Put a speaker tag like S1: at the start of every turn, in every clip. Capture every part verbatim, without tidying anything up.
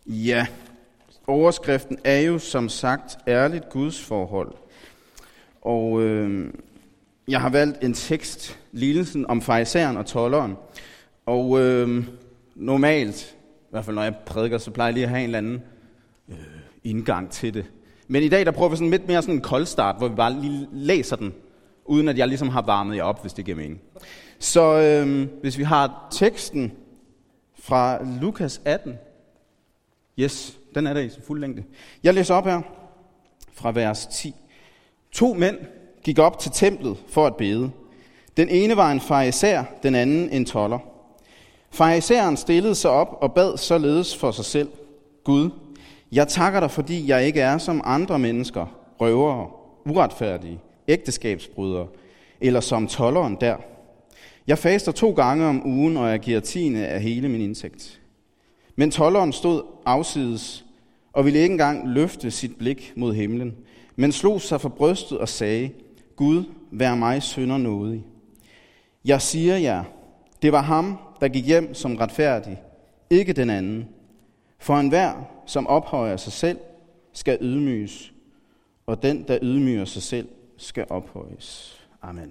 S1: Ja, overskriften er jo som sagt ærligt gudsforhold. Og øh, jeg har valgt en tekst, lignelsen om farisæeren og tolderen. Og øh, normalt, i hvert fald når jeg prædiker, så plejer jeg lige at have en eller anden øh, indgang til det. Men i dag, der prøver vi sådan lidt mere sådan en koldstart, hvor vi bare lige læser den, uden at jeg ligesom har varmet jer op, hvis det giver mening. Så øh, hvis vi har teksten fra Lukas atten. Yes, den er der i så fuld længde. Jeg læser op her fra vers ti. To mænd gik op til templet for at bede. Den ene var en farisæer, den anden en tolder. Farisæeren stillede sig op og bad således for sig selv. Gud, jeg takker dig, fordi jeg ikke er som andre mennesker, røvere, uretfærdige, ægteskabsbrydere, eller som tolderen der. Jeg faster to gange om ugen, og jeg giver tiende af hele min indtægt. Men tolderen stod afsides og ville ikke engang løfte sit blik mod himlen, men slog sig for brystet og sagde, Gud, vær mig synder nådig. Jeg siger jer, det var ham, der gik hjem som retfærdig, ikke den anden. For enhver, som ophøjer sig selv, skal ydmyges, og den, der ydmyger sig selv, skal ophøjes. Amen.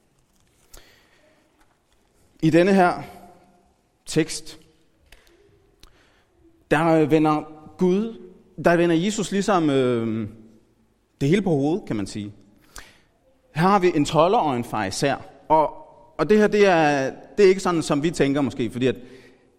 S1: I denne her tekst, der vender Gud, der vender Jesus ligesom øh, det hele på hovedet, kan man sige. Her har vi en tolder og en farisæer, og, og det her, det er, det er ikke sådan, som vi tænker måske, fordi at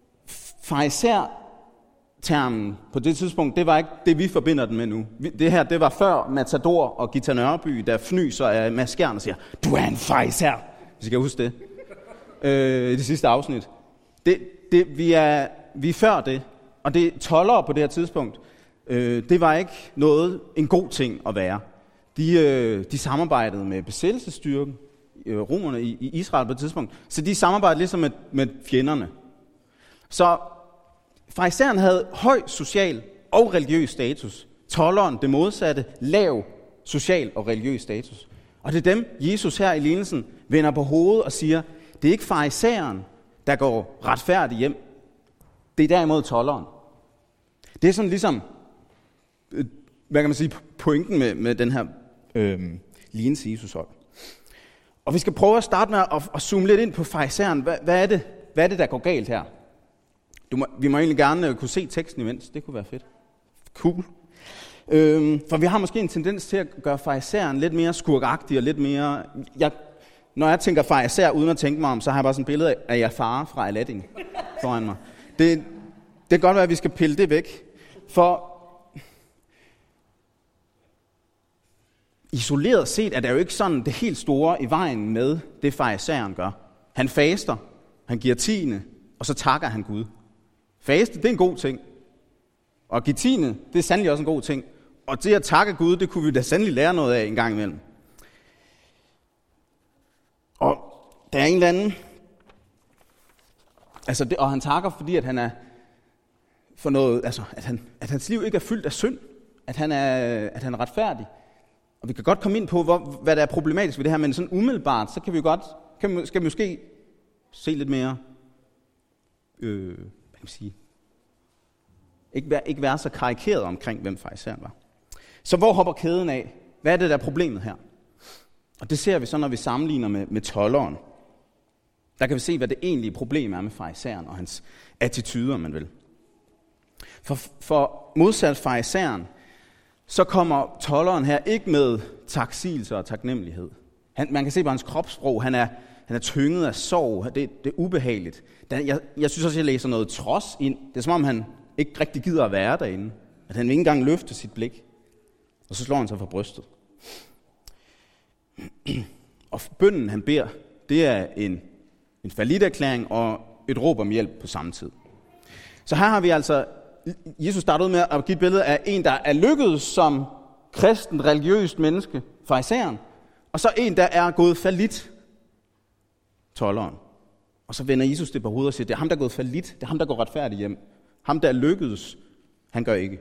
S1: farisæer-termen på det tidspunkt, det var ikke det, vi forbinder den med nu. Det her, det var før Matador og Gita Nørby, der fnyser af Mads Skjern og siger, du er en farisæer, hvis I kan huske det, øh, i det sidste afsnit. Det, det, vi, er, vi er før det. Og det toldere på det her tidspunkt, øh, det var ikke noget, en god ting at være. De, øh, de samarbejdede med besættelsesstyrken, øh, romerne i, i Israel på det tidspunkt, så de samarbejdede ligesom med, med fjenderne. Så farisæeren havde høj social og religiøs status. Tolderen, det modsatte, lav social og religiøs status. Og det er dem, Jesus her i lignelsen vender på hovedet og siger, det er ikke farisæeren, der går retfærdigt hjem. Det er derimod tolderen. Det er sådan ligesom, hvad kan man sige, pointen med, med den her øh, lignelse Jesus hold. Og vi skal prøve at starte med at, at zoome lidt ind på farisæeren. Hvad, hvad, er det, hvad er det, der går galt her? Du må, vi må egentlig gerne kunne se teksten imens. Det kunne være fedt. Cool. Øh, for vi har måske en tendens til at gøre farisæeren lidt mere skurkagtig og lidt mere... Jeg, når jeg tænker farisæer uden at tænke mig om, så har jeg bare sådan et billede af Jafar fra Aladdin foran mig. Det, det kan godt være, at vi skal pille det væk. For isoleret set er der jo ikke sådan det helt store i vejen med det farisæeren gør. Han faster, han giver tiende, og så takker han Gud. Faste, det er en god ting. Og give tiende, det er sandelig også en god ting. Og det at takke Gud, det kunne vi da sandelig lære noget af en gang imellem. Og der er en eller anden... Altså det, og han takker, fordi at han er for noget, altså at, han, at hans liv ikke er fyldt af synd, at han er, at han er retfærdig. Og vi kan godt komme ind på, hvor, hvad der er problematisk ved det her, men sådan umiddelbart, så kan vi godt, kan vi, skal vi måske se lidt mere, øh, hvad kan man sige, ikke være, ikke være så karikeret omkring, hvem farisæeren var. Så hvor hopper kæden af? Hvad er det, der er problemet her? Og det ser vi så, når vi sammenligner med, med tolderen. Der kan vi se, hvad det egentlige problem er med farisæeren og hans attityder, man vil. For, for modsat farisæeren, så kommer tolderen her ikke med taksigelse og taknemmelighed. Han, man kan se på hans kropssprog, han er, han er tynget af sorg, det, det er ubehageligt. Der, jeg, jeg synes også, at jeg læser noget trods ind. Det er som om, han ikke rigtig gider at være derinde. At han ikke engang løfter sit blik. Og så slår han sig for brystet. Og bønnen, han beder, det er en En falliterklæring og et råb om hjælp på samme tid. Så her har vi altså, Jesus startede med at give et billede af en, der er lykkedes som kristen, religiøst menneske, farisæeren, og så en, der er gået fallit, tolderen. Og så vender Jesus det på hovedet og siger, det er ham, der er gået fallit, det er ham, der går retfærdigt hjem. Ham, der er lykkedes, han gør ikke.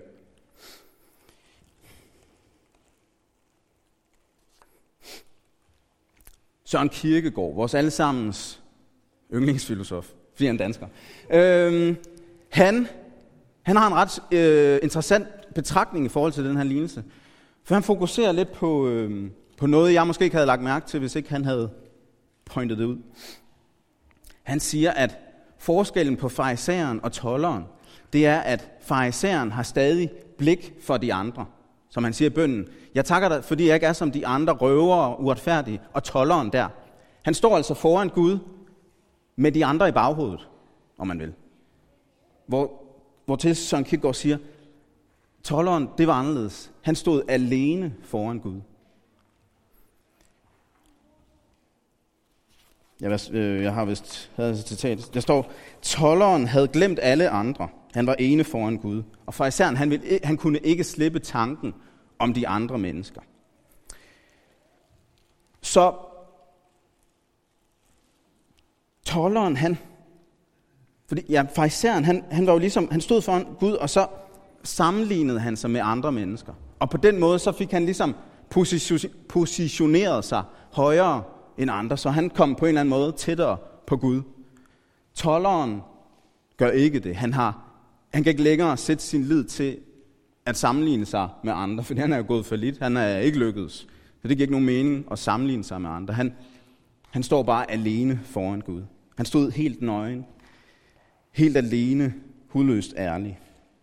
S1: Søren Kierkegaard, vores allesammens yndlingsfilosof, fordi han er dansker. Øhm, han, Han har en ret øh, interessant betragtning i forhold til den her lignelse. For han fokuserer lidt på, øh, på noget, jeg måske ikke havde lagt mærke til, hvis ikke han havde pointet det ud. Han siger, at forskellen på farisæeren og tolderen, det er, at farisæeren har stadig blik for de andre. Som han siger i bønnen, jeg takker dig, fordi jeg ikke er som de andre røvere og uretfærdige, og tolderen der. Han står altså foran Gud med de andre i baghovedet, om man vil. Hvor, hvor til Søren Kierkegaard siger, tolderen, det var anderledes. Han stod alene foran Gud. Jeg, jeg har vist havde et citat. Der står, tolderen havde glemt alle andre. Han var ene foran Gud. Og farisæeren, han, ville, han kunne ikke slippe tanken om de andre mennesker. Så tolderen, han, fordi ja, farisæeren, han, han var jo ligesom, han stod foran Gud, og så sammenlignede han sig med andre mennesker. Og på den måde, så fik han ligesom positioneret sig højere end andre, så han kom på en eller anden måde tættere på Gud. Tolderen gør ikke det. Han, har, han kan ikke længere sætte sin lid til at sammenligne sig med andre, for han er jo gået for lidt. Han er ikke lykkedes. Så det giver ikke nogen mening at sammenligne sig med andre. Han, han står bare alene foran Gud. Han stod helt nøgen, helt alene, hudløst ærlig.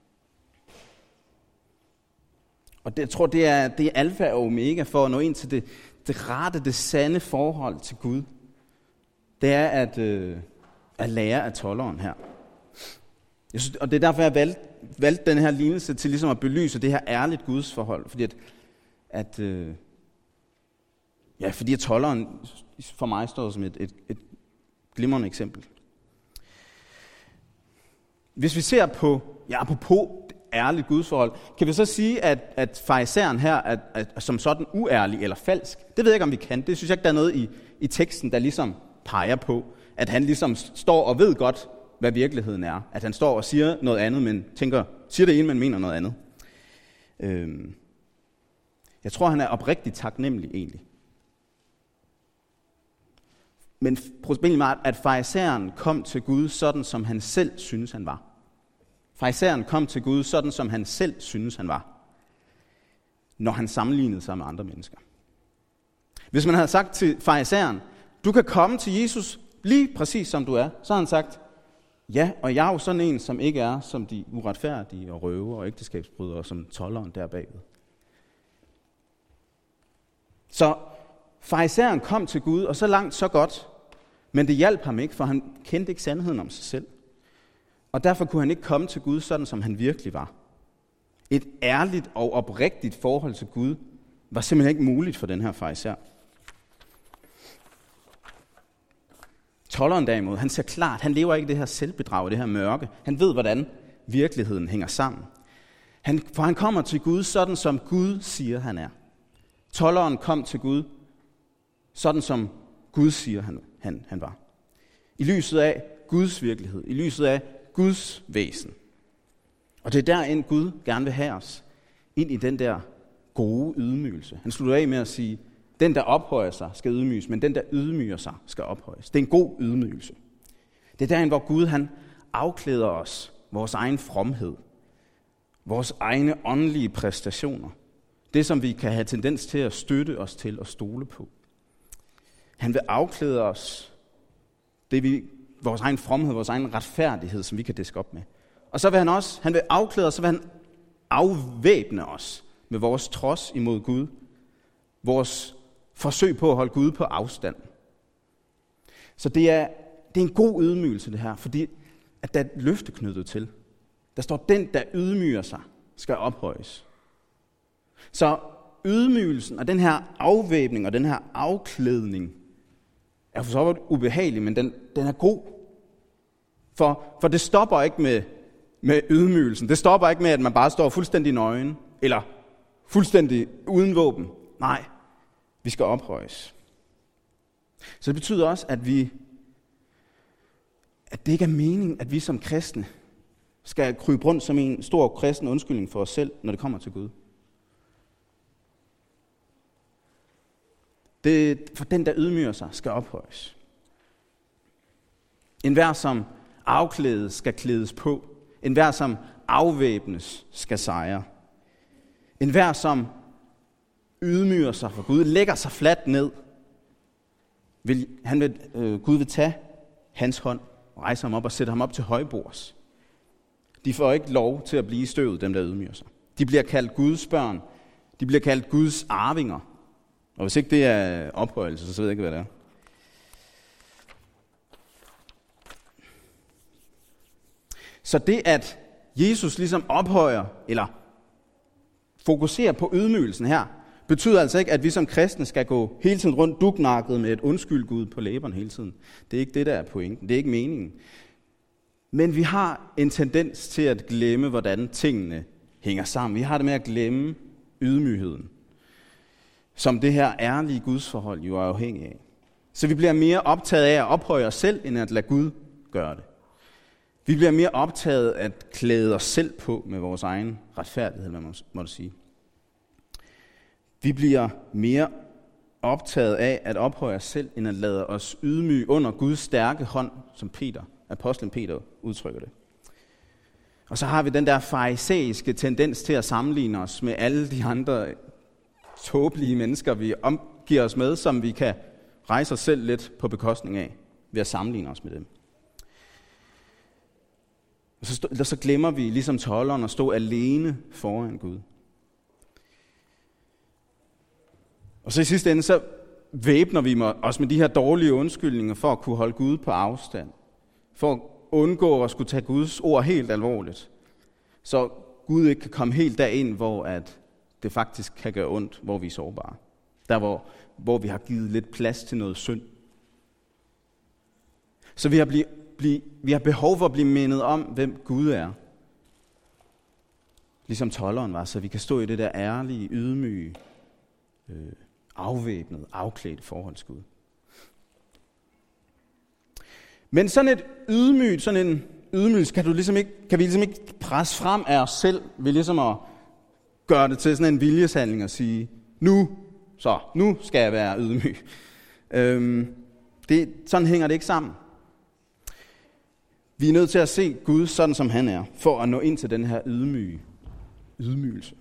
S1: Og det, jeg tror, det er, det er alfa og omega for at nå ind til det, det rette, det sande forhold til Gud. Det er at, øh, at lære af tolderen her. Jeg synes, og det er derfor, jeg valgte, valgte den her lignelse til ligesom at belyse det her ærligt Guds forhold. Fordi at, at øh, ja, fordi at tolderen for mig står som et, et, et glimrende eksempel. Hvis vi ser på, ja, apropos ærligt gudsforhold, kan vi så sige, at, at farisæeren her er, er, er som sådan uærlig eller falsk? Det ved jeg ikke, om vi kan. Det synes jeg ikke, der er noget i, i teksten, der ligesom peger på, at han ligesom står og ved godt, hvad virkeligheden er. At han står og siger noget andet, men tænker, siger det ene, men mener noget andet. Øhm. Jeg tror, han er oprigtigt taknemmelig egentlig. Men problemet er, at farisæeren kom til Gud sådan, som han selv synes, han var. Farisæeren kom til Gud sådan, som han selv synes, han var, når han sammenlignede sig med andre mennesker. Hvis man havde sagt til farisæeren, du kan komme til Jesus lige præcis som du er, så har han sagt, ja, og jeg er jo sådan en, som ikke er som de uretfærdige og røver og ægteskabsbrydere, som tolderen der bagved. Så farisæeren kom til Gud, og så langt, så godt, men det hjalp ham ikke, for han kendte ikke sandheden om sig selv. Og derfor kunne han ikke komme til Gud, sådan som han virkelig var. Et ærligt og oprigtigt forhold til Gud var simpelthen ikke muligt for den her farisæer. Tolderen derimod, han ser klart, han lever ikke i det her selvbedrag, det her mørke. Han ved, hvordan virkeligheden hænger sammen. Han, for han kommer til Gud, sådan som Gud siger, han er. Tolderen kom til Gud, sådan som Gud siger, han, han, han var. I lyset af Guds virkelighed, i lyset af Guds væsen. Og det er derind Gud gerne vil have os, ind i den der gode ydmygelse. Han slutter af med at sige, den der ophøjer sig skal ydmyges, men den der ydmyger sig skal ophøjes. Det er en god ydmygelse. Det er derind, hvor Gud han afklæder os vores egen fromhed, vores egne åndelige præstationer. Det, som vi kan have tendens til at støtte os til og stole på. Han vil afklæde os, det vi, vores egen fromhed, vores egen retfærdighed, som vi kan diske op med. Og så vil han også, han vil afklæde os, så vil han afvæbne os med vores trods imod Gud. Vores forsøg på at holde Gud på afstand. Så det er, det er en god ydmygelse det her, fordi at der er et løfte knyttet til. Der står, den der ydmyger sig, skal ophøjes. Så ydmygelsen og den her afvæbning og den her afklædning er for så vidt ubehagelig, men den, den er god. For, for det stopper ikke med, med ydmygelsen. Det stopper ikke med, at man bare står fuldstændig nøgen, eller fuldstændig uden våben. Nej, vi skal ophøjes. Så det betyder også, at vi, at det ikke er meningen, at vi som kristne skal krybe rundt som en stor kristen undskyldning for os selv, når det kommer til Gud. Det, for den, der ydmyger sig, skal ophøjes. En hver, som afklædes, skal klædes på. En hver, som afvæbnes, skal sejre. En hver, som ydmyger sig for Gud, lægger sig fladt ned, vil, han vil, øh, Gud vil tage hans hånd, rejse ham op og sætte ham op til højbords. De får ikke lov til at blive i støvet, dem der ydmyger sig. De bliver kaldt Guds børn. De bliver kaldt Guds arvinger. Og hvis ikke det er ophøjelse, så ved jeg ikke, hvad det er. Så det, at Jesus ligesom ophøjer, eller fokuserer på ydmygelsen her, betyder altså ikke, at vi som kristne skal gå hele tiden rundt duknakket med et undskyld Gud på læberne hele tiden. Det er ikke det, der er pointen. Det er ikke meningen. Men vi har en tendens til at glemme, hvordan tingene hænger sammen. Vi har det med at glemme ydmygheden, som det her ærlige gudsforhold jo er afhængig af. Så vi bliver mere optaget af at ophøje os selv, end at lade Gud gøre det. Vi bliver mere optaget af at klæde os selv på med vores egen retfærdighed, hvad man må sige. Vi bliver mere optaget af at ophøje os selv, end at lade os ydmyge under Guds stærke hånd, som Peter, apostlen Peter udtrykker det. Og så har vi den der farisæiske tendens til at sammenligne os med alle de andre tåbelige mennesker, vi omgiver os med, som vi kan rejse os selv lidt på bekostning af, ved at sammenligne os med dem. Og så, stå, så glemmer vi, ligesom tolderen, at stå alene foran Gud. Og så i sidste ende, så væbner vi os med de her dårlige undskyldninger for at kunne holde Gud på afstand. For at undgå at skulle tage Guds ord helt alvorligt. Så Gud ikke kan komme helt derind, hvor at det faktisk kan gøre ondt, hvor vi er sårbare. Der, hvor, hvor vi har givet lidt plads til noget synd. Så vi har, bliv, bliv, vi har behov for at blive mindet om, hvem Gud er. Ligesom tolderen var, så vi kan stå i det der ærlige, ydmyge, øh, afvæbnede, afklædte forhold til Gud. Men sådan et ydmygt, sådan en ydmygelse, kan, du ligesom ikke, kan vi ligesom ikke presse frem af os selv, ved ligesom at gøre det til sådan en viljeshandling og sige, nu, så, nu skal jeg være ydmyg. Øhm, det, sådan hænger det ikke sammen. Vi er nødt til at se Gud sådan, som han er, for at nå ind til den her ydmyge, ydmygelse.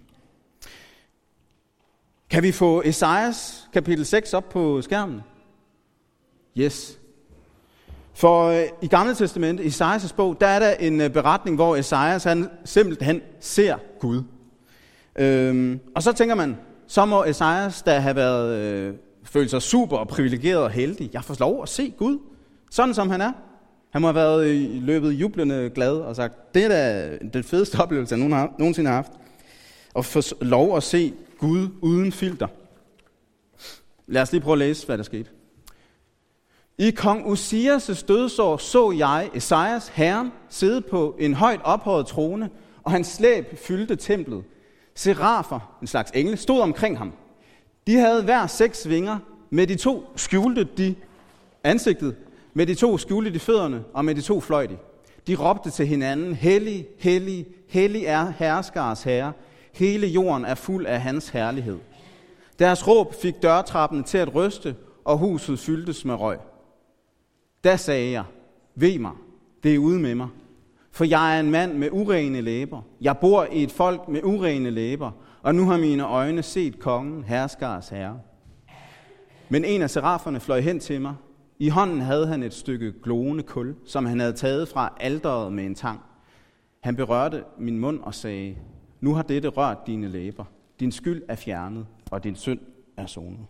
S1: Kan vi få Esajas kapitel seks op på skærmen? Yes. For øh, i Gamle Testamentet, i Esajas bog, der er der en øh, beretning, hvor Esajas han simpelthen ser Gud. Øhm, og så tænker man, så må Esajas da have været, øh, følt sig super og privilegeret og heldig. Jeg får lov at se Gud, sådan som han er. Han må have været i løbet jublende glad og sagt, det er da den fedeste oplevelse, jeg nogensinde har haft. Og få lov at se Gud uden filter. Lad os lige prøve at læse, hvad der skete. I kong Uzias' dødsår så jeg Esajas herren sidde på en højt ophøjet trone, og hans slæb fyldte templet. Serafer, en slags engle, stod omkring ham. De havde hver seks vinger, med de to skjulte de ansigtet, med de to skjulte de fødderne, og med de to fløj de. De råbte til hinanden, hellig, hellig, hellig er herskers herre. Hele jorden er fuld af hans herlighed. Deres råb fik dørtrappen til at ryste, og huset fyldtes med røg. Da sagde jeg, ved mig, det er ude med mig, for jeg er en mand med urene læber. Jeg bor i et folk med urene læber, og nu har mine øjne set kongen, herskers herre. Men en af seraferne fløj hen til mig. I hånden havde han et stykke glående kul, som han havde taget fra alteret med en tang. Han berørte min mund og sagde, nu har dette rørt dine læber. Din skyld er fjernet, og din synd er sonet.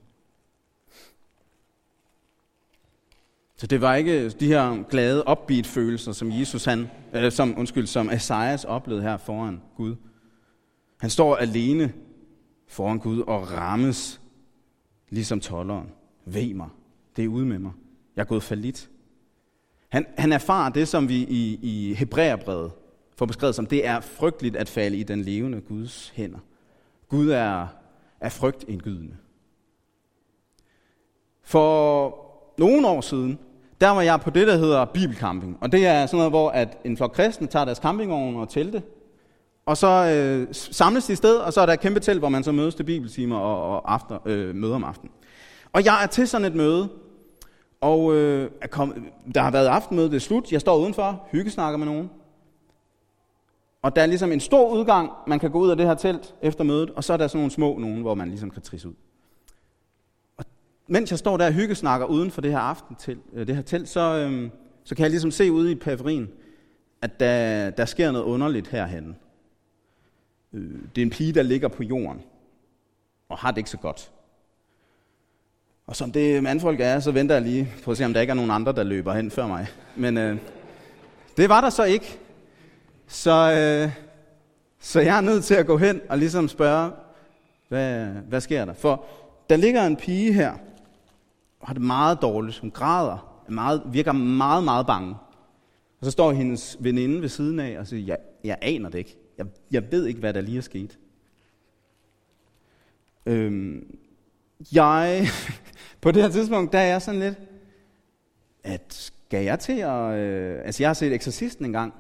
S1: Så det var ikke de her glade upbeat følelser, som Jesus han, øh, som undskyld, som Esajas oplevede her foran Gud. Han står alene foran Gud og rammes ligesom tolderen. Ved mig, det er ude med mig. Jeg er gået fallit. Han, han erfarer det, som vi i, i Hebræerbrevet får beskrevet som, det er frygteligt at falde i den levende Guds hænder. Gud er, er frygtindgydende. For nogle år siden, der var jeg på det, der hedder bibelcamping. Og det er sådan noget, hvor at en flok kristne tager deres campingvogn og telte, og så øh, samles de i sted, og så er der et kæmpe telt, hvor man så mødes til bibeltimer og, og aften, øh, møder om aftenen. Og jeg er til sådan et møde, og øh, er kommet, der har været aftenmøde, det er slut, jeg står udenfor, hyggesnakker med nogen. Og der er ligesom en stor udgang, man kan gå ud af det her telt efter mødet, og så er der sådan nogle små nogen, hvor man ligesom kan trisse ud. Og mens jeg står der og hyggesnakker uden for det her aftentelt, det her telt, så, øhm, så kan jeg ligesom se ude i periferien, at der, der sker noget underligt herhenne. Øh, det er en pige, der ligger på jorden, og har det ikke så godt. Og som det mandfolk er, så venter jeg lige på at se, om der ikke er nogen andre, der løber hen før mig. Men øh, det var der så ikke. Så, øh, så jeg er nødt til at gå hen og ligesom spørge, hvad, hvad sker der? For der ligger en pige her, og har det meget dårligt. Hun græder, meget, virker meget, meget bange. Og så står hendes veninde ved siden af og siger, jeg, jeg aner det ikke. Jeg, jeg ved ikke, hvad der lige er sket. Øhm, jeg, på det her tidspunkt, der er jeg sådan lidt, at skal jeg til at... Øh, altså, jeg har set Eksorcisten engang.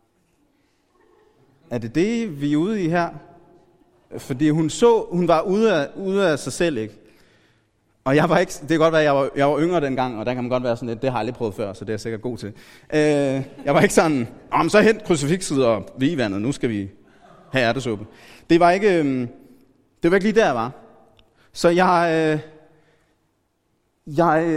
S1: Er det det, vi er ude i her? Fordi hun så, hun var ude af, ude af sig selv, ikke? Og jeg var ikke, det kan godt være, at jeg var, jeg var yngre dengang, og der kan man godt være sådan lidt, det har jeg aldrig prøvet før, så det er jeg sikkert god til. Øh, jeg var ikke sådan, om så hent krucifixet og vigevandet, nu skal vi have ærtesuppe. Det var ikke, øh, det var ikke lige der, jeg var. Så jeg, øh, jeg,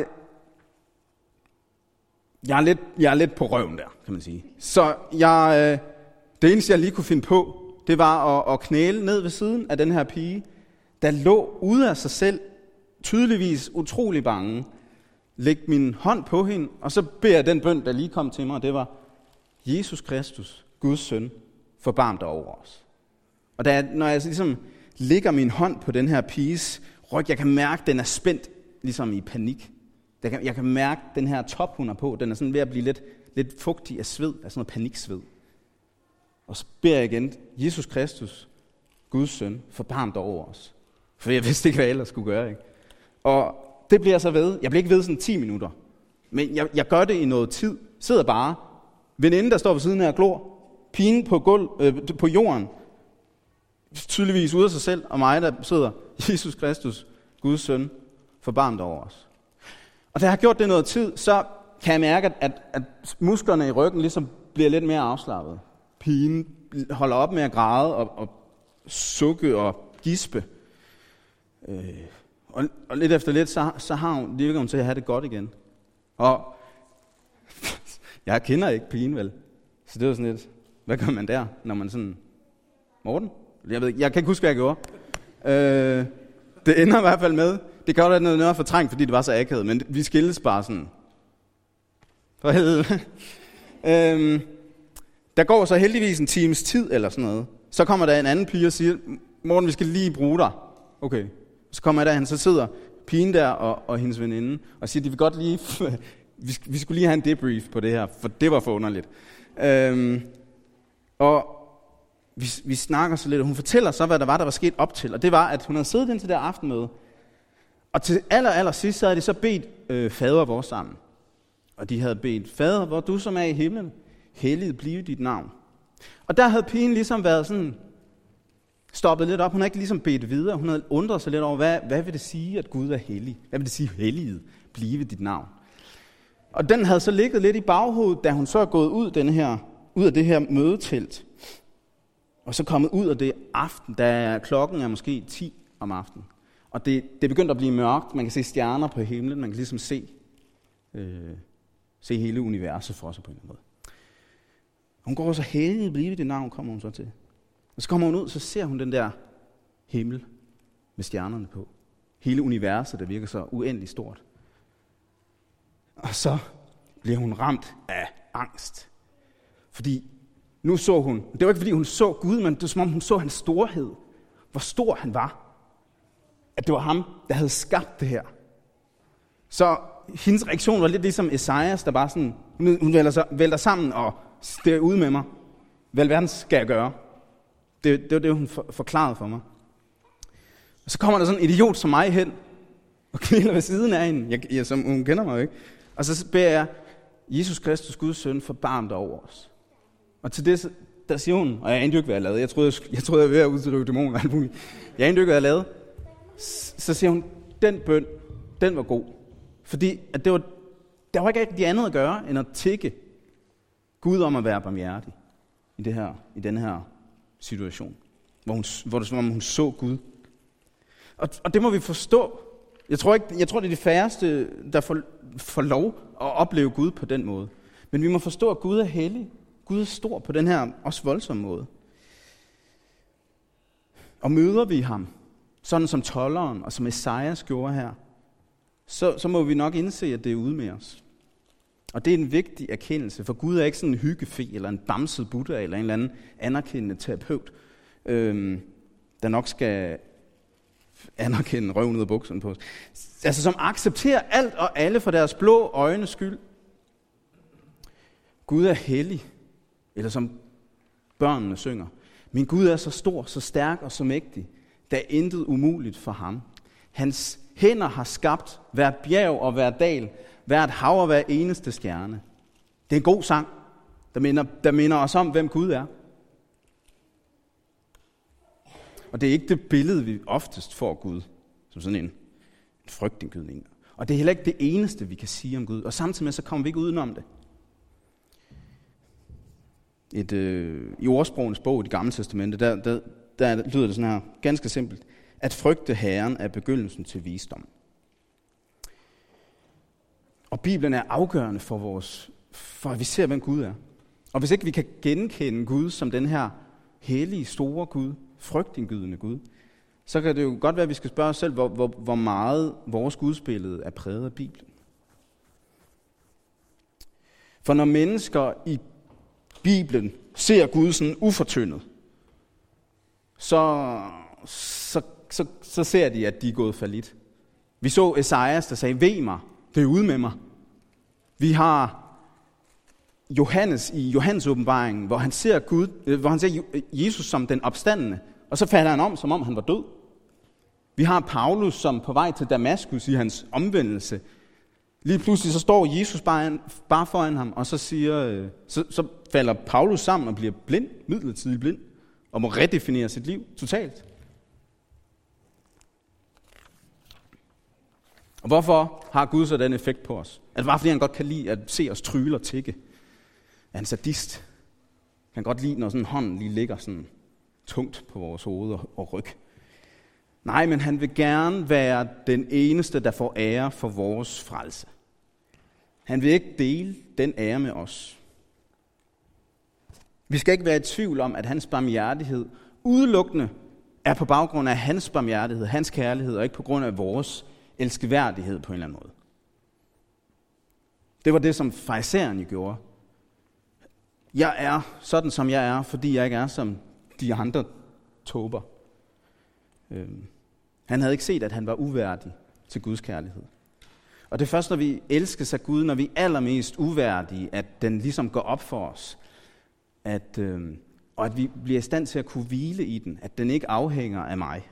S1: jeg, er lidt, jeg er lidt på røven der, kan man sige. Så jeg, øh, det eneste, jeg lige kunne finde på, det var at, at knæle ned ved siden af den her pige, der lå ude af sig selv, tydeligvis utrolig bange, lægge min hånd på hende, og så beder jeg den bøn, der lige kom til mig, og det var, Jesus Kristus, Guds søn, forbarm dig over os. Og da jeg, når jeg ligesom lægger min hånd på den her piges ryg, jeg kan mærke, at den er spændt, ligesom i panik. Jeg kan, jeg kan mærke, at den her top, hun er på, den er sådan ved at blive lidt, lidt fugtig af sved, af sådan noget paniksved. Og så beder jeg igen, Jesus Kristus, Guds søn, forbarm dig over os. For jeg vidste ikke, hvad jeg ellers skulle gøre, ikke? Og det bliver jeg så ved. Jeg bliver ikke ved sådan ti minutter. Men jeg, jeg gør det i noget tid. Sidder bare. Veninden, der står ved siden af og glor. Pigen på, gulv, øh, på jorden. Tydeligvis ude af sig selv. Og mig, der sidder. Jesus Kristus, Guds søn, forbarm dig over os. Og da jeg har gjort det noget tid, så kan jeg mærke, at, at musklerne i ryggen ligesom bliver lidt mere afslappet. Pigen holder op med at græde og, og sukke og gispe. Øh, og, og lidt efter lidt, så, så har hun, virker hun til at have det godt igen. Og jeg kender ikke pigen vel. Så det var sådan lidt, hvad gør man der, når man sådan, Morten? Jeg ved ikke, jeg kan ikke huske, hvad jeg gjorde. Øh, det ender i hvert fald med, det kan jo være noget, noget fortrængt, fordi det var så akavet, men vi skilles bare sådan. For helvede. øh, der går så heldigvis en times tid eller sådan noget. Så kommer der en anden pige og siger, Morten, vi skal lige bruge dig. Okay. Så kommer jeg derhen, så sidder pigen der og, og hendes veninde og siger, de vil godt lige, vi, vi skulle lige have en debrief på det her, for det var for underligt. Øhm, og vi, vi snakker så lidt, og hun fortæller så, hvad der var, der var sket op til. Og det var, at hun havde siddet ind til det aftenmøde, og til aller, aller sidst, så havde de så bedt øh, fader vor sammen. Og de havde bedt, fader, hvor du som er i himlen, helliget blive dit navn. Og der havde pigen ligesom været sådan, stoppet lidt op. Hun havde ikke ligesom bedt videre. Hun havde undret sig lidt over, hvad, hvad vil det sige, at Gud er hellig? Hvad vil det sige, helliget blive dit navn? Og den havde så ligget lidt i baghovedet, da hun så er gået ud, den her, ud af det her mødetelt. Og så kommet ud af det aften, da klokken er måske ti om aftenen. Og det, det begyndte at blive mørkt. Man kan se stjerner på himlen. Man kan ligesom se, øh, se hele universet for sig på en eller anden måde. Hun går så, helliget blive dit navn, kommer hun så til. Og så kommer hun ud, så ser hun den der himmel med stjernerne på. Hele universet, der virker så uendelig stort. Og så bliver hun ramt af angst. Fordi nu så hun, det var ikke fordi hun så Gud, men det var som om hun så hans storhed. Hvor stor han var. At det var ham, der havde skabt det her. Så hendes reaktion var lidt ligesom Esajas, der bare sådan, hun vælter, sig, vælter sammen og stiller ud med mig. Hvad alverden skal jeg gøre? Det, det var det, hun for, forklarede for mig. Og så kommer der sådan en idiot som mig hen, og kniler ved siden af hende, jeg, jeg, som hun kender mig jo ikke. Og så beder jeg, Jesus Kristus, Guds søn, forbarm dig over os. Og til det, der siger hun, og jeg anede jo ikke, hvad jeg lavede. Jeg troede, jeg, jeg troede, jeg var ved at uddrive dæmoner og alt muligt. Jeg anede jo ikke, hvad jeg lavede. Så siger hun, den bøn, den var god. Fordi at det var, der var ikke rigtig andet at gøre, end at tikke Gud om at være barmhjertig. i, det her, i den her situation, hvor hun, hvor det, hvor hun så Gud. Og, og det må vi forstå. Jeg tror, ikke, jeg tror, det er de færreste, der får, får lov at opleve Gud på den måde. Men vi må forstå, at Gud er hellig. Gud er stor på den her også voldsomme måde. Og møder vi ham, sådan som tolderen og som Esajas gjorde her, så, så må vi nok indse, at det er ude med os. Og det er en vigtig erkendelse, for Gud er ikke sådan en hyggefe eller en bamset Buddha eller en eller anden anerkendende terapeut, øhm, der nok skal anerkende røven ud af bukserne på os. Altså som accepterer alt og alle for deres blå øjnes skyld. Gud er hellig, eller som børnene synger. Min Gud er så stor, så stærk og så mægtig, der er intet umuligt for ham. Hans hænder har skabt hver bjerg og hver dal, hvert hav og hver eneste stjerne. Det er en god sang, der minder, der minder os om, hvem Gud er. Og det er ikke det billede, vi oftest får af Gud, som sådan en, en frygtindgydning. Og det er heller ikke det eneste, vi kan sige om Gud. Og samtidig med, så kommer vi ikke udenom det. Et, øh, I ordsprogenes bog i Det Gamle Testamente, der, der, der lyder det sådan her, ganske simpelt. At frygte Herren er begyndelsen til visdom. Og Bibelen er afgørende for, vores, for at vi ser, hvem Gud er. Og hvis ikke vi kan genkende Gud som den her hellige, store Gud, frygtindgydende Gud, så kan det jo godt være, at vi skal spørge os selv, hvor, hvor, hvor meget vores gudsbillede er præget af Bibelen. For når mennesker i Bibelen ser Gud sådan ufortyndet, så, så, så, så ser de, at de er gået fallit. Vi så Esajas, der sagde, ved mig, det er ude med mig. Vi har Johannes i Johannes åbenbaringen, hvor han ser Gud, hvor han ser Jesus som den opstandende, og så falder han om, som om han var død. Vi har Paulus, som på vej til Damaskus i hans omvendelse, lige pludselig så står Jesus bare, bare foran ham, og så, siger, så, så falder Paulus sammen og bliver blind, midlertidigt blind, og må redefinere sit liv totalt. Og hvorfor har Gud så den effekt på os? Er det bare fordi han godt kan lide at se os trylle og tikke? Er han sadist? Han kan godt lide, når sådan en hånd lige ligger sådan tungt på vores hoved og, og ryg. Nej, men han vil gerne være den eneste, der får ære for vores frelse. Han vil ikke dele den ære med os. Vi skal ikke være i tvivl om, at hans barmhjertighed udelukkende er på baggrund af hans barmhjertighed, hans kærlighed, og ikke på grund af vores elskeværdighed på en eller anden måde. Det var det, som farisæerne gjorde. Jeg er sådan, som jeg er, fordi jeg ikke er som de andre tåber. Øhm. Han havde ikke set, at han var uværdig til Guds kærlighed. Og det er først, når vi elskes af Gud, når vi er allermest uværdige, at den ligesom går op for os. At, øhm, og at vi bliver i stand til at kunne hvile i den. At den ikke afhænger af mig.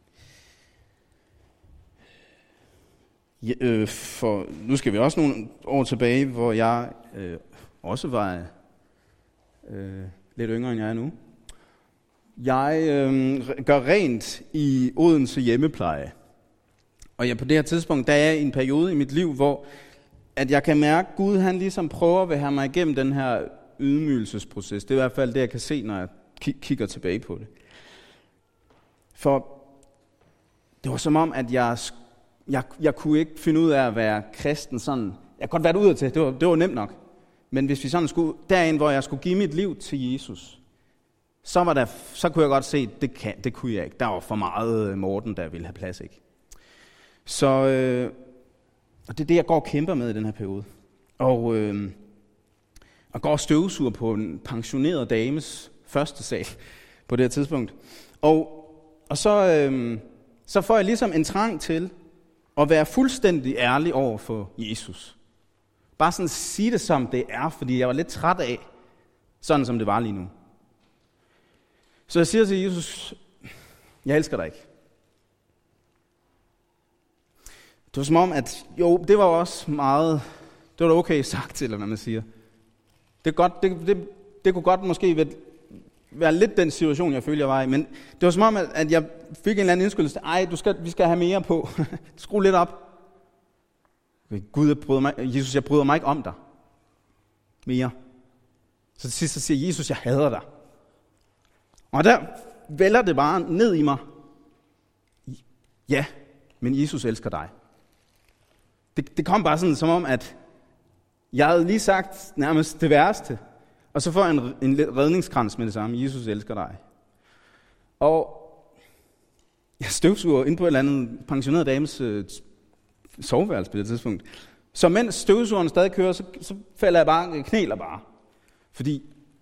S1: Ja, øh, for nu skal vi også nogle år tilbage, hvor jeg øh, også var øh, lidt yngre, end jeg er nu. Jeg øh, gør rent i Odense hjemmepleje. Og jeg på det her tidspunkt, der er jeg i en periode i mit liv, hvor at jeg kan mærke, at Gud han ligesom prøver at have mig igennem den her ydmygelsesproces. Det er i hvert fald det, jeg kan se, når jeg k- kigger tilbage på det. For det var som om, at jeg, jeg, jeg kunne ikke finde ud af at være kristen sådan. Jeg kunne godt være det udadtil, det var, det var nemt nok. Men hvis vi sådan skulle, derind, hvor jeg skulle give mit liv til Jesus, Så, var der, så kunne jeg godt se, at det, kan, det kunne jeg ikke. Der var for meget Morten, der ville have plads, ikke? Så øh, og det er det, jeg går og kæmper med i den her periode. Og, øh, og går og støvsuger på en pensioneret dames første sal på det her tidspunkt. Og, og så, øh, så får jeg ligesom en trang til at være fuldstændig ærlig over for Jesus. Bare sådan sige det, som det er, fordi jeg var lidt træt af, sådan som det var lige nu. Så jeg siger til Jesus, jeg elsker dig ikke. Det var som om, at jo, det var også meget, det var da okay sagt til, eller hvad man siger. Det, er godt, det, det, det kunne godt måske være, være lidt den situation, jeg følte, jeg var i, men det var som om, at, at jeg fik en eller anden indskyldelse. Ej, du skal, vi skal have mere på. Skru lidt op. Gud, jeg bryder mig, Jesus, jeg bryder mig ikke om dig. Mere. Så til sidst så siger Jesus, jeg hader dig. Og der vælger det bare ned i mig. Ja, men Jesus elsker dig. Det, det kom bare sådan som om, at jeg havde lige sagt nærmest det værste, og så får jeg en, en redningskrans med det samme. Jesus elsker dig. Og jeg støvsuger ind på et eller andet pensioneret dames øh, soveværelse på det tidspunkt. Så mens støvsugeren stadig kører, så, så falder jeg bare, jeg knæler bare. Fordi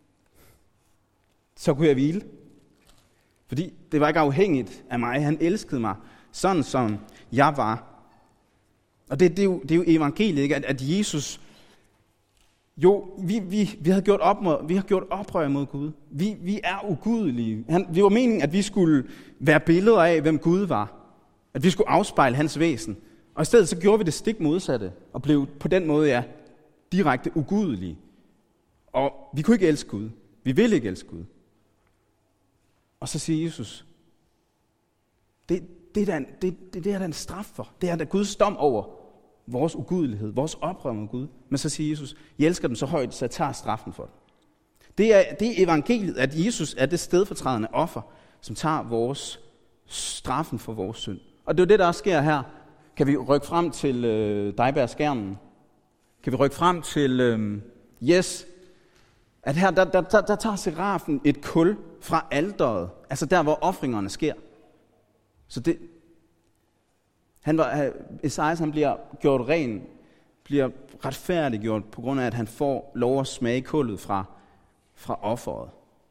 S1: så kunne jeg hvile. Fordi det var ikke afhængigt af mig. Han elskede mig, sådan som jeg var. Og det, det, er, jo, det er jo evangeliet, ikke? At, at Jesus, jo, vi, vi, vi, havde gjort op mod, vi har gjort oprør mod Gud. Vi, vi er ugudelige. Han, det var meningen, at vi skulle være billeder af, hvem Gud var. At vi skulle afspejle hans væsen. Og i stedet så gjorde vi det stik modsatte, og blev på den måde, ja, direkte ugudelige. Og vi kunne ikke elske Gud. Vi ville ikke elske Gud. Og så siger Jesus, det, det, er, der en, det, det, det er der en straf for. Det er der Guds dom over vores ugudelighed, vores oprør mod Gud. Men så siger Jesus, jeg elsker dem så højt, så jeg tager straffen for det. Det er, det er evangeliet, at Jesus er det stedfortrædende offer, som tager vores straffen for vores synd. Og det er jo det, der også sker her. Kan vi rykke frem til øh, dig bag skærmen? Kan vi rykke frem til, øh, yes, at her, der, der, der, der tager serafen et kul fra alteret, altså der, hvor ofringerne sker. Så det, han var, Esajas, han bliver gjort ren, bliver retfærdiggjort på grund af, at han får lov at smage kullet fra, fra offeret.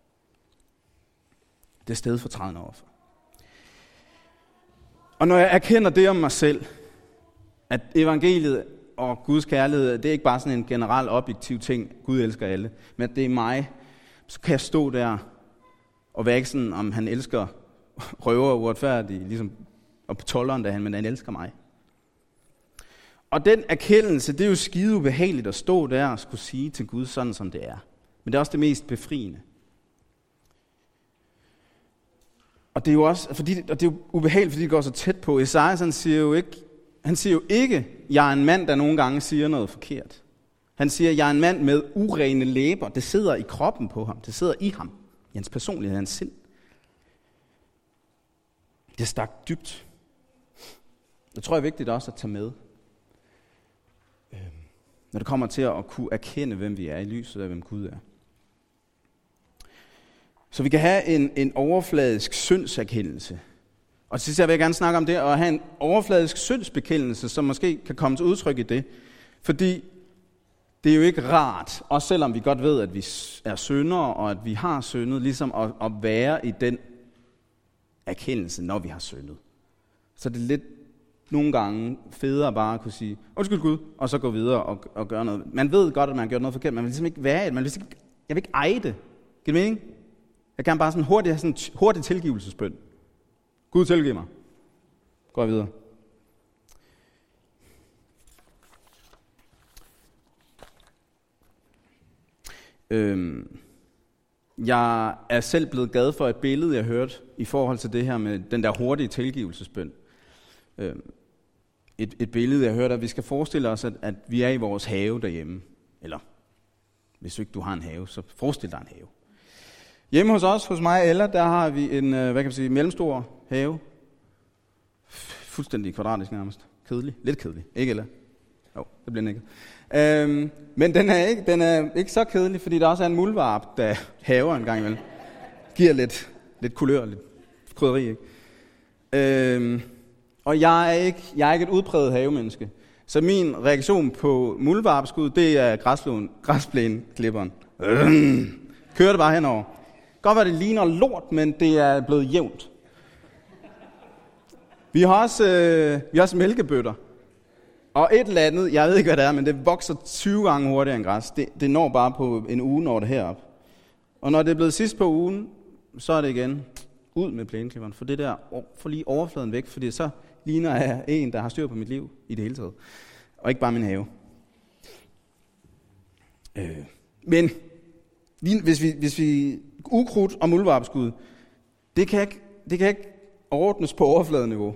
S1: Det stedfortrædende offer. Og når jeg erkender det om mig selv, at evangeliet og Guds kærlighed, det er ikke bare sådan en generel objektiv ting, Gud elsker alle, men at det er mig, så kan jeg stå der og være ikke sådan, om han elsker røver og uretfærdige, ligesom og på tolderen, da han, men han elsker mig. Og den erkendelse, det er jo skide ubehageligt at stå der og skulle sige til Gud sådan, som det er. Men det er også det mest befriende. Og det er jo også, fordi, og det er jo ubehageligt, fordi det går så tæt på. Esajas, han siger jo ikke, han siger jo ikke, jeg er en mand, der nogle gange siger noget forkert. Han siger, jeg er en mand med urene læber. Det sidder i kroppen på ham. Det sidder i ham. I hans personlighed, hans sind. Det stak dybt. Det tror jeg er vigtigt også at tage med. Når det kommer til at kunne erkende, hvem vi er i lyset af, hvem Gud er. Så vi kan have en, en overfladisk syndserkendelse. Og til sidst vil jeg gerne snakke om det, at have en overfladisk syndsbekendelse, som måske kan komme til udtryk i det. Fordi det er jo ikke rart, også selvom vi godt ved, at vi er syndere, og at vi har syndet, ligesom at, at være i den erkendelse, når vi har syndet. Så det er lidt nogle gange federe bare at kunne sige, undskyld Gud, og så gå videre og, og gøre noget. Man ved godt, at man har gjort noget forkert, man vil ligesom ikke være i det. Man vil ligesom ikke, jeg vil ikke eje det. Giver det mening? Jeg kan bare sådan hurtigt have sådan en hurtig tilgivelsesbøn. Gud tilgiv mig. Går videre. Øhm, jeg er selv blevet glad for et billede, jeg hørte i forhold til det her med den der hurtige tilgivelsesbøn. Øhm, et, et billede, jeg hørte, at vi skal forestille os, at, at vi er i vores have derhjemme. Eller, hvis ikke du har en have, så forestil dig en have. Hjemme hos os, hos mig eller der har vi en, hvad kan man sige, mellemstor have. Fuldstændig kvadratisk nærmest. Kedelig. Lidt kedelig. Ikke eller? Jo, det bliver nikket. Øhm, men den er, ikke, den er ikke så kedelig, fordi der også er en muldvarp, der haver en gang imellem. Giver lidt, lidt kulør, lidt krydderi, ikke? Øhm, og jeg er, ikke, jeg er ikke et udpræget havemenneske. Så min reaktion på muldvarpskud, det er græsplænklipperen. Øhm, kører det bare henover. Godt være, det ligner lort, men det er blevet jævnt. Vi har også, øh, vi har også mælkebøtter. Og et eller andet, jeg ved ikke, hvad det er, men det vokser tyve gange hurtigere end græs. Det, det når bare på en uge, når det herop. Og når det er blevet sidst på ugen, så er det igen ud med plæneklipperen. For det der, for lige overfladen væk, fordi så ligner jeg en, der har styr på mit liv i det hele taget. Og ikke bare min have. Øh, men hvis vi, hvis vi ukrudt og muldvarpskud, det kan ikke, det kan ikke ordnes på overfladeniveau.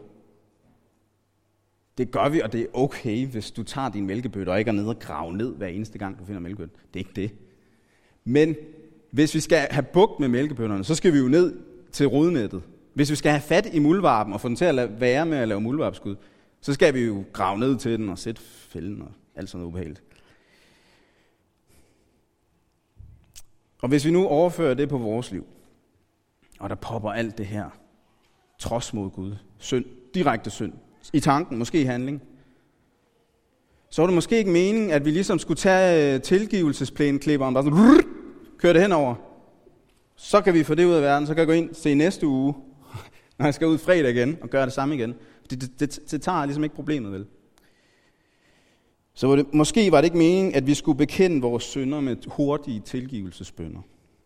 S1: Det gør vi, og det er okay, hvis du tager din mælkebøtte og ikke er nede og grave ned hver eneste gang, du finder mælkebøtten. Det er ikke det. Men Hvis vi skal have bugt med mælkebønnerne, så skal vi jo ned til rodnettet. Hvis vi skal have fat i muldvarpen og få den til at lade være med at lave muldvarpskud, så skal vi jo grave ned til den og sætte fælden og alt sådan noget ubehageligt. Og hvis vi nu overfører det på vores liv, og der popper alt det her, trods mod Gud, synd, direkte synd, i tanken, måske i handling, så var det måske ikke meningen, at vi ligesom skulle tage tilgivelsesplænklipperen, bare sådan, køre det henover. Så kan vi få det ud af verden, så kan jeg gå ind til næste uge, når jeg skal ud fredag igen, og gøre det samme igen. Det, det, det, det tager ligesom ikke problemet, vel? Så var det, måske var det ikke meningen, at vi skulle bekende vores synder med hurtige tilgivelsesbønner.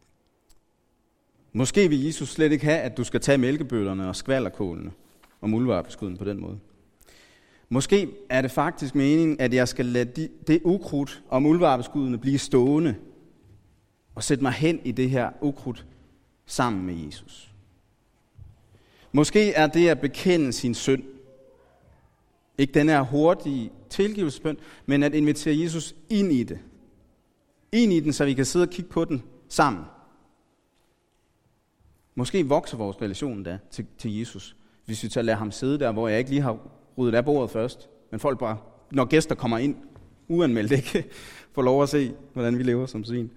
S1: Måske vil Jesus slet ikke have, at du skal tage mælkebøtterne og skvalderkålene og muldvarpeskuden på den måde. Måske er det faktisk meningen, at jeg skal lade de, det ukrudt og muldvarpeskudene blive stående og sætte mig hen i det her ukrudt sammen med Jesus. Måske er det at bekende sin synd ikke den her hurtige tilgivelsesbøn, men at invitere Jesus ind i det. Ind i den, så vi kan sidde og kigge på den sammen. Måske vokser vores relation da til, til Jesus, hvis vi tager lade ham sidde der, hvor jeg ikke lige har ryddet af bordet først. Men folk bare, når gæster kommer ind, uanmeldt ikke, får lov at se, hvordan vi lever som svin.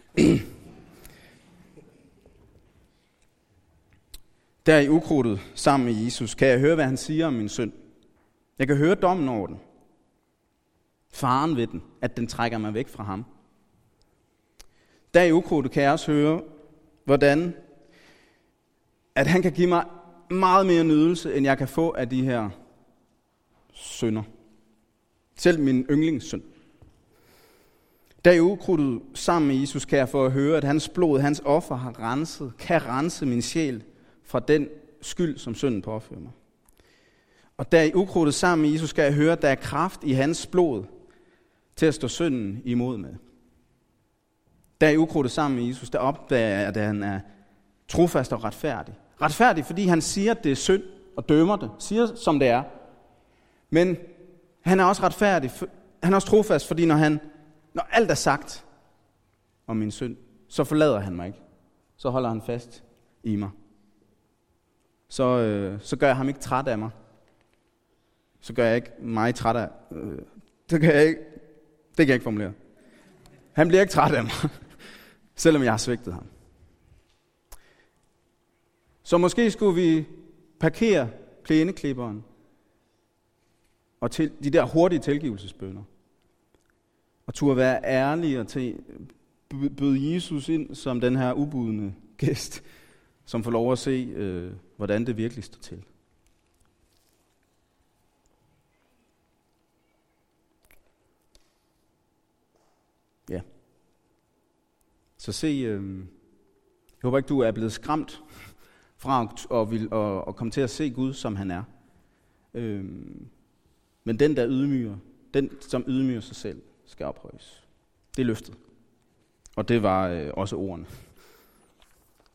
S1: Der i ukrudtet sammen med Jesus, kan jeg høre, hvad han siger om min synd. Jeg kan høre dommen over den. Faren ved den, at den trækker mig væk fra ham. Der i ukrudtet kan jeg også høre, hvordan at han kan give mig meget mere nydelse, end jeg kan få af de her synder. Selv min yndlingssynd. Der i ukrudtet sammen med Jesus kan jeg få at høre, at hans blod, hans offer har renset, kan rense min sjæl fra den skyld, som synden påfører mig. Og der i ukrudtet sammen med Jesus skal jeg høre, at der er kraft i hans blod til at stå synden imod med. Der i ukrudtet sammen med Jesus, der opdager jeg, at han er trofast og retfærdig. Retfærdig, fordi han siger, at det er synd og dømmer det. Siger, som det er. Men han er også retfærdig. Han er også trofast, fordi når, han, når alt er sagt om min synd, så forlader han mig ikke. Så holder han fast i mig. Så, øh, så gør jeg ham ikke træt af mig. Så gør jeg ikke mig træt af... Øh, det, kan jeg ikke, det kan jeg ikke formulere. Han bliver ikke træt af mig, selvom jeg har svigtet ham. Så måske skulle vi parkere plæneklipperen og til de der hurtige tilgivelsesbønner. Og turde være ærlige og til byde Jesus ind som den her ubudne gæst, som får lov at se, øh, hvordan det virkelig står til. Ja. Så se, øh, jeg håber ikke, du er blevet skræmt fra at, vil, at, at komme til at se Gud, som han er. Øh, men den, der ydmyger, den, som ydmyger sig selv, skal ophøjes. Det er løftet. Og det var øh, også ordene.